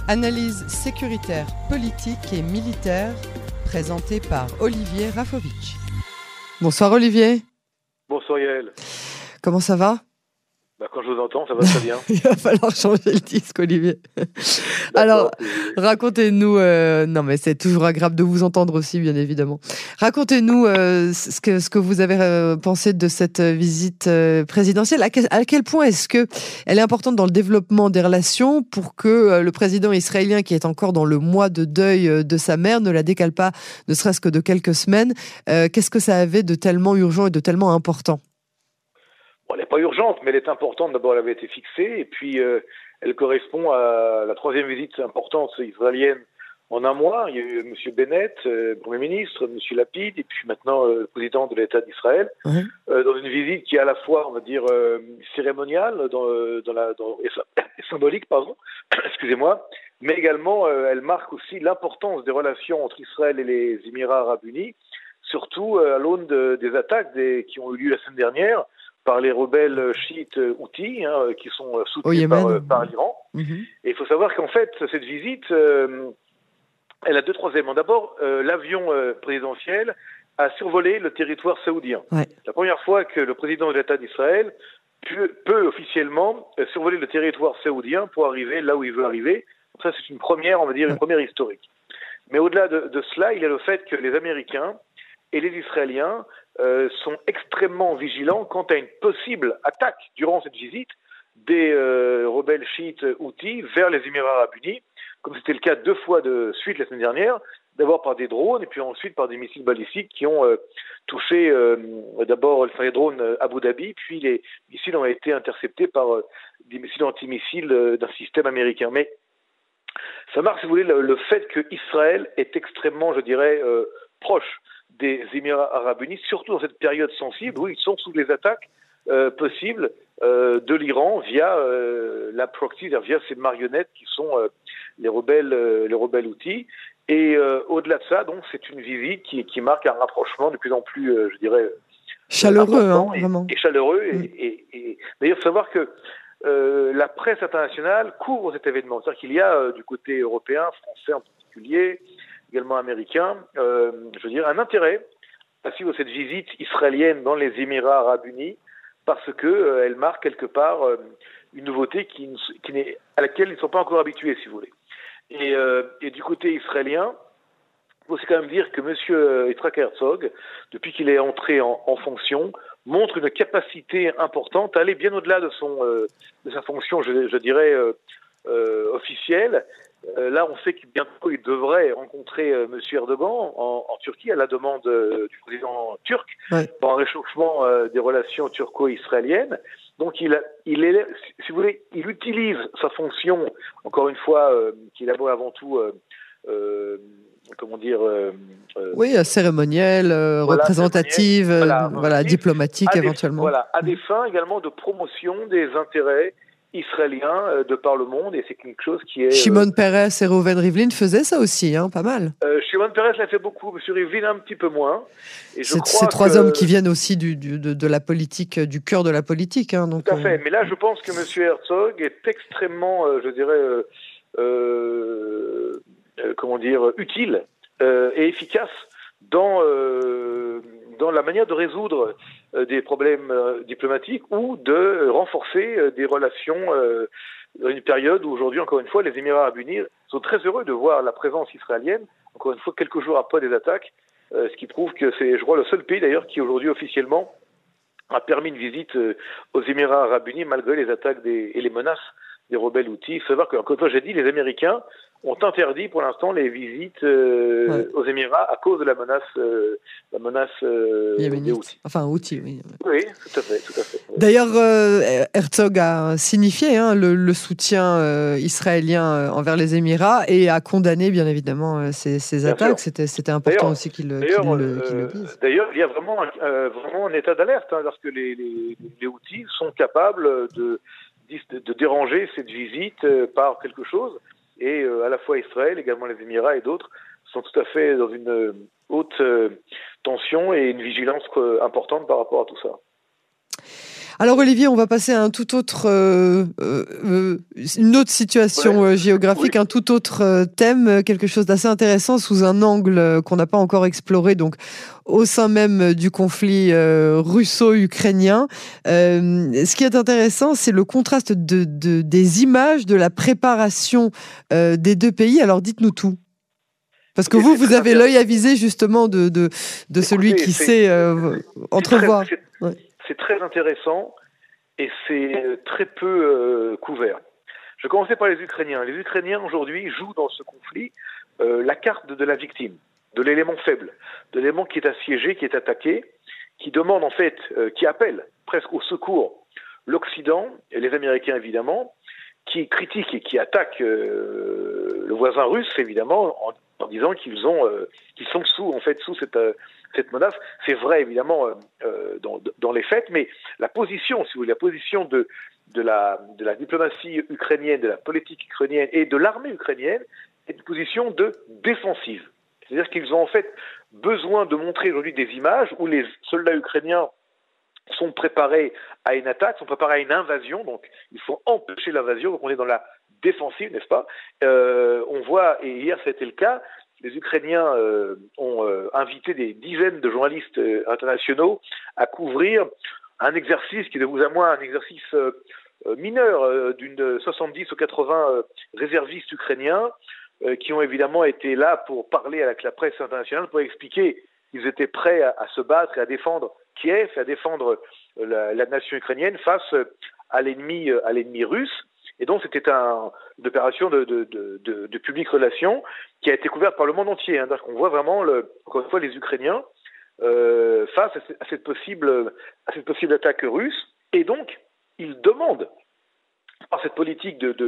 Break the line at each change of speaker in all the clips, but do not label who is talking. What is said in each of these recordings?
Analyse sécuritaire, politique et militaire, présentée par Olivier Rafovitch. Bonsoir Olivier.
Bonsoir Yael.
Comment ça va ?
Quand je vous entends, ça va très bien.
Il va falloir changer le disque, Olivier. Alors, racontez-nous... non, mais c'est toujours agréable de vous entendre aussi, bien évidemment. Racontez-nous ce que vous avez pensé de cette visite présidentielle. À quel point est-ce qu'elle est importante dans le développement des relations pour que le président israélien, qui est encore dans le mois de deuil de sa mère, ne la décale pas, ne serait-ce que de quelques semaines. Qu'est-ce que ça avait de tellement urgent et de tellement important ?
Elle n'est pas urgente, mais elle est importante. D'abord, elle avait été fixée, et puis elle correspond à la troisième visite importante israélienne en un mois. Il y a eu M. Bennett, Premier ministre, M. Lapid, et puis maintenant le président de l'État d'Israël, dans une visite qui est à la fois, on va dire, cérémoniale et symbolique, excusez-moi, mais également elle marque aussi l'importance des relations entre Israël et les Émirats arabes unis, surtout à l'aune des attaques qui ont eu lieu la semaine dernière par les rebelles chiites houthis, qui sont soutenus par l'Iran. Et il faut savoir qu'en fait, cette visite, elle a deux éléments. D'abord, l'avion présidentiel a survolé le territoire saoudien. Ouais. La première fois que le président de l'État d'Israël peut officiellement survoler le territoire saoudien pour arriver là où il veut arriver. Donc ça, c'est une première, on va dire, une première historique. Mais au-delà de cela, il y a le fait que les Américains et les Israéliens sont extrêmement vigilants quant à une possible attaque durant cette visite des rebelles chiites houthis vers les Émirats arabes unis, comme c'était le cas 2 fois de suite la semaine dernière, d'abord par des drones et puis ensuite par des missiles balistiques qui ont touché d'abord les drones Abu Dhabi, puis les missiles ont été interceptés par des missiles antimissiles d'un système américain. Mais ça marque, si vous voulez, le fait qu'Israël est extrêmement, je dirais, proche des Émirats arabes unis, surtout dans cette période sensible où ils sont sous les attaques possibles de l'Iran via la proxy, via ces marionnettes qui sont les rebelles houthis. Et au-delà de ça, donc, c'est une visite qui marque un rapprochement de plus en plus, je dirais,
chaleureux,
vraiment. Et chaleureux. Et d'ailleurs, il faut savoir que la presse internationale couvre cet événement. C'est-à-dire qu'il y a du côté européen, français en particulier, également américain, je veux dire, un intérêt à suivre cette visite israélienne dans les Émirats arabes unis parce qu'elle marque quelque part une nouveauté à laquelle ils ne sont pas encore habitués, si vous voulez. Et du côté israélien, il faut aussi quand même dire que M. Yitzhak Herzog, depuis qu'il est entré en fonction, montre une capacité importante à aller bien au-delà de sa fonction, je dirais, officielle. Là, on sait qu'il bientôt il devrait rencontrer M. Erdogan en Turquie à la demande du président turc pour un réchauffement des relations turco-israéliennes. Donc, il est, si vous voulez, il utilise sa fonction, encore une fois, qui est d'abord avant tout,
cérémonielle, représentative, diplomatique éventuellement.
À des fins également de promotion des intérêts israélien de par le monde, et c'est quelque chose qui est...
Shimon Peres et Reuven Rivlin faisaient ça aussi, pas mal.
Shimon Peres l'a fait beaucoup, M. Rivlin un petit peu moins. Et
c'est ces trois hommes qui viennent aussi de la politique, du cœur de la politique. Donc,
tout à fait, mais là je pense que M. Herzog est extrêmement, je dirais, utile et efficace dans la manière de résoudre des problèmes diplomatiques ou de renforcer des relations dans une période où aujourd'hui, encore une fois, les Émirats arabes unis sont très heureux de voir la présence israélienne, encore une fois, quelques jours après des attaques, ce qui prouve que c'est, je crois, le seul pays d'ailleurs qui aujourd'hui officiellement a permis une visite aux Émirats arabes unis malgré les attaques et les menaces des rebelles houthis. Il faut savoir que, encore une fois, j'ai dit, les Américains ont interdit pour l'instant les visites aux Émirats à cause de la menace des Houthis.
Enfin, Houthis, oui.
Oui, tout à fait.
D'ailleurs, Herzog a signifié le soutien israélien envers les Émirats et a condamné, bien évidemment, ces attaques. C'était important aussi qu'il le dise.
D'ailleurs, il y a vraiment un état d'alerte lorsque les Houthis sont capables de déranger cette visite par quelque chose. Et à la fois Israël, également les Émirats et d'autres sont tout à fait dans une haute tension et une vigilance importante par rapport à tout ça.
Alors Olivier, on va passer à un tout autre, une autre situation géographique,
Oui.
un tout autre thème, quelque chose d'assez intéressant sous un angle qu'on n'a pas encore exploré, donc au sein même du conflit russo-ukrainien. Ce qui est intéressant, c'est le contraste des images, de la préparation des deux pays. Alors dites-nous tout. Parce que vous avez l'œil avisé justement de celui qui sait entrevoir.
C'est très intéressant et c'est très peu couvert. Je vais commencer par les Ukrainiens. Les Ukrainiens aujourd'hui jouent dans ce conflit la carte de la victime, de l'élément faible, de l'élément qui est assiégé, qui est attaqué, qui demande en fait, qui appelle presque au secours l'Occident et les Américains évidemment, qui critiquent et qui attaquent le voisin russe évidemment en disant qu'ils sont sous cette menace. C'est vrai évidemment dans les faits, mais la position, si vous voulez, la position de la diplomatie ukrainienne, de la politique ukrainienne et de l'armée ukrainienne est une position de défensive. C'est-à-dire qu'ils ont en fait besoin de montrer aujourd'hui des images où les soldats ukrainiens sont préparés à une attaque, sont préparés à une invasion, donc il faut empêcher l'invasion, donc on est dans la défensive, n'est-ce pas? On voit, et hier c'était le cas, les Ukrainiens ont invité des dizaines de journalistes internationaux à couvrir un exercice qui est de vous à moi un exercice mineur d'une 70 ou 80 réservistes ukrainiens qui ont évidemment été là pour parler avec la presse internationale, pour expliquer qu'ils étaient prêts à se battre et à défendre Kiev, à défendre la nation ukrainienne face à l'ennemi russe. Et donc c'était une opération de public relation qui a été couverte par le monde entier. Hein. On voit vraiment, encore une fois, les Ukrainiens face à cette possible attaque russe. Et donc, ils demandent, par cette politique de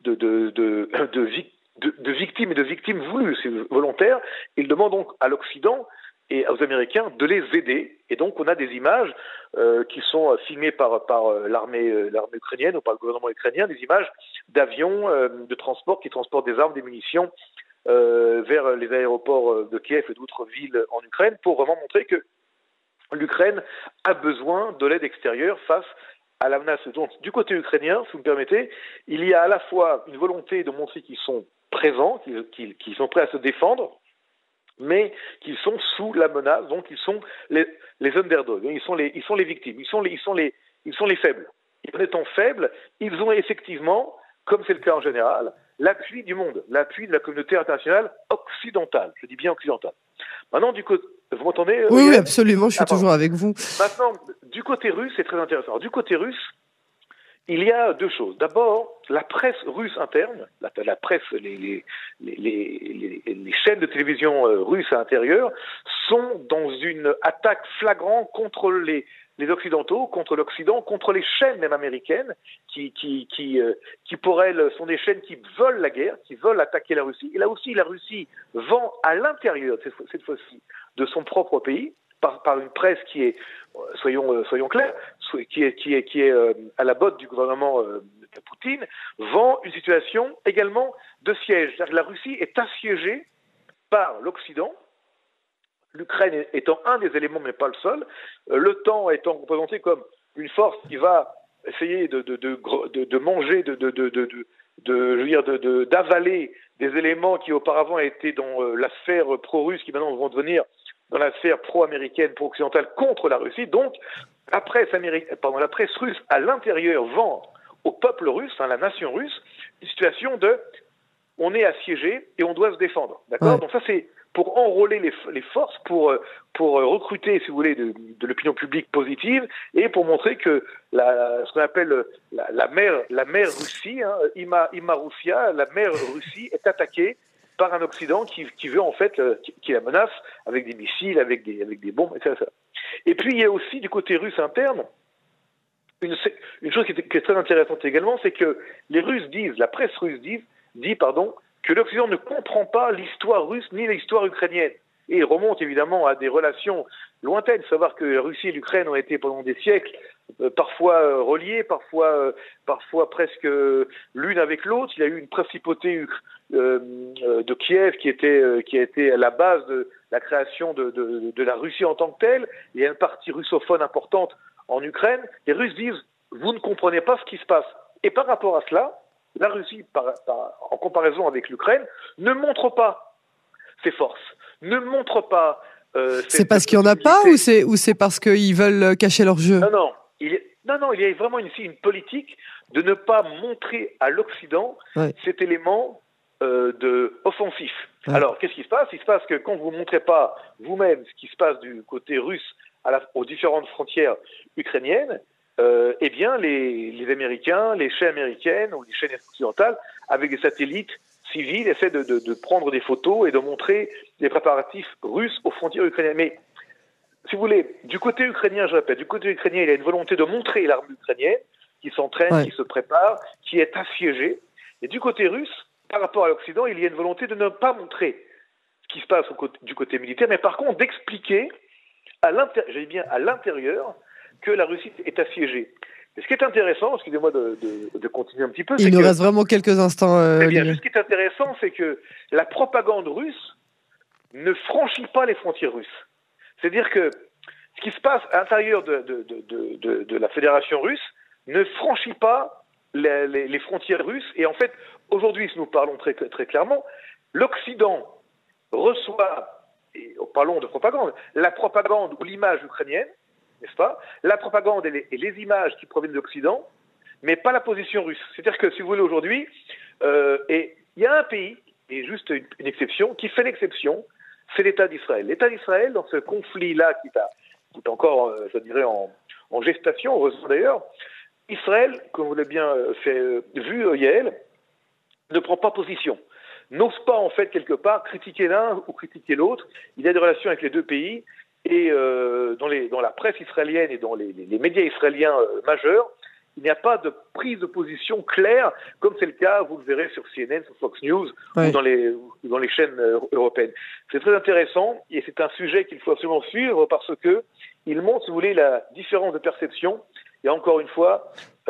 victimes et de victimes voulues, c'est volontaire, ils demandent donc à l'Occident et aux Américains de les aider. Et donc on a des images qui sont filmées par l'armée ukrainienne ou par le gouvernement ukrainien, des images d'avions de transport qui transportent des armes, des munitions vers les aéroports de Kiev et d'autres villes en Ukraine pour vraiment montrer que l'Ukraine a besoin de l'aide extérieure face à la menace. Donc du côté ukrainien, si vous me permettez, il y a à la fois une volonté de montrer qu'ils sont présents, qu'ils sont prêts à se défendre, mais qu'ils sont sous la menace, donc ils sont les underdogs, ils sont les victimes, ils sont les faibles. Et en étant faibles, ils ont effectivement, comme c'est le cas en général, l'appui du monde, l'appui de la communauté internationale occidentale. Je dis bien occidentale. Maintenant, du côté, vous m'entendez?
Oui, absolument, je suis toujours avec vous.
Maintenant, du côté russe, c'est très intéressant. Alors, du côté russe, il y a deux choses. D'abord, la presse russe interne, la presse, les chaînes de télévision russes à l'intérieur sont dans une attaque flagrante contre les Occidentaux, contre l'Occident, contre les chaînes même américaines, qui pour elles sont des chaînes qui veulent la guerre, qui veulent attaquer la Russie. Et là aussi, la Russie vend à l'intérieur, cette fois-ci, de son propre pays, par une presse qui est, soyons clairs, qui est à la botte du gouvernement de Poutine, vend une situation également de siège. C'est-à-dire que la Russie est assiégée par l'Occident, l'Ukraine étant un des éléments, mais pas le seul, l'OTAN étant représenté comme une force qui va essayer de manger, d'avaler des éléments qui auparavant étaient dans la sphère pro-russe, qui maintenant vont devenir dans la sphère pro-américaine, pro-occidentale contre la Russie. Donc, la presse russe à l'intérieur vend au peuple russe, la nation russe, une situation de on est assiégé et on doit se défendre. D'accord ? Ouais. Donc ça, c'est pour enrôler les forces, pour recruter, si vous voulez, de l'opinion publique positive et pour montrer que ce qu'on appelle la mère Russie, Ima Russia, la mère Russie est attaquée par un Occident qui veut en fait, qui la menace avec des missiles, avec des bombes, etc. Et puis il y a aussi du côté russe interne une chose qui est très intéressante également, c'est que les Russes disent, la presse russe dit que l'Occident ne comprend pas l'histoire russe ni l'histoire ukrainienne. Et il remonte évidemment à des relations lointaines, savoir que la Russie et l'Ukraine ont été pendant des siècles parfois reliées, parfois presque l'une avec l'autre. Il y a eu une principauté de Kiev qui a été à la base de la création de la Russie en tant que telle. Il y a une partie russophone importante en Ukraine, les Russes disent « vous ne comprenez pas ce qui se passe ». Et par rapport à cela, la Russie, en comparaison avec l'Ukraine, ne montre pas ses forces, ne montre pas...
c'est parce qu'il n'y en a pas ou c'est parce qu'ils veulent cacher leur jeu?
Non, il y a vraiment une politique de ne pas montrer à l'Occident cet élément offensif. Ouais. Alors, qu'est-ce qui se passe? Il se passe que quand vous ne montrez pas vous-même ce qui se passe du côté russe aux différentes frontières ukrainiennes, eh bien, les Américains, les chaînes américaines ou les chaînes occidentales, avec des satellites civils, essaient de prendre des photos et de montrer les préparatifs russes aux frontières ukrainiennes. Mais, si vous voulez, du côté ukrainien, je répète, du côté ukrainien, il y a une volonté de montrer l'armée ukrainienne qui s'entraîne, qui se prépare, qui est assiégée. Et du côté russe, par rapport à l'Occident, il y a une volonté de ne pas montrer ce qui se passe du côté militaire, mais par contre d'expliquer à l'intérieur que la Russie est assiégée. Et ce qui est intéressant, excusez-moi de continuer un petit peu...
Il nous reste vraiment quelques instants.
Ce qui est intéressant, c'est que la propagande russe ne franchit pas les frontières russes. C'est-à-dire que ce qui se passe à l'intérieur de la Fédération russe ne franchit pas les frontières russes. Et en fait, aujourd'hui, si nous parlons très, très clairement, l'Occident reçoit, et parlons de propagande, la propagande ou l'image ukrainienne, n'est-ce pas? La propagande et les images qui proviennent de l'Occident, mais pas la position russe. C'est-à-dire que, si vous voulez, aujourd'hui, et il y a un pays, et juste une exception, qui fait l'exception, c'est l'État d'Israël. L'État d'Israël, dans ce conflit-là qui est encore, je dirais, en gestation, heureusement d'ailleurs, Israël, comme vous l'avez bien vu, Yael, ne prend pas position. N'ose pas, en fait, quelque part, critiquer l'un ou critiquer l'autre. Il y a des relations avec les deux pays. Et dans la presse israélienne et dans les médias israéliens majeurs, il n'y a pas de prise de position claire, comme c'est le cas, vous le verrez sur CNN, sur Fox News, ou dans les chaînes européennes. C'est très intéressant, et c'est un sujet qu'il faut absolument suivre, parce que il montre, si vous voulez, la différence de perception, et encore une fois,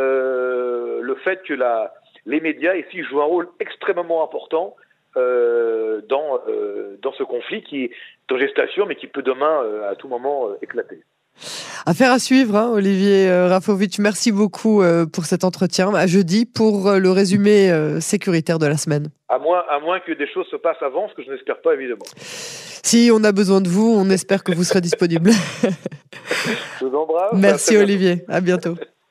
le fait que les médias ici jouent un rôle extrêmement important dans ce conflit qui est en gestation, mais qui peut demain, à tout moment, éclater.
Affaire à suivre, hein, Olivier Rafovitch. Merci beaucoup pour cet entretien. À jeudi pour le résumé sécuritaire de la semaine.
À moins que des choses se passent avant, ce que je n'espère pas, évidemment.
Si on a besoin de vous, on espère que vous serez disponible.
Je vous embrasse.
Merci Olivier, à bientôt.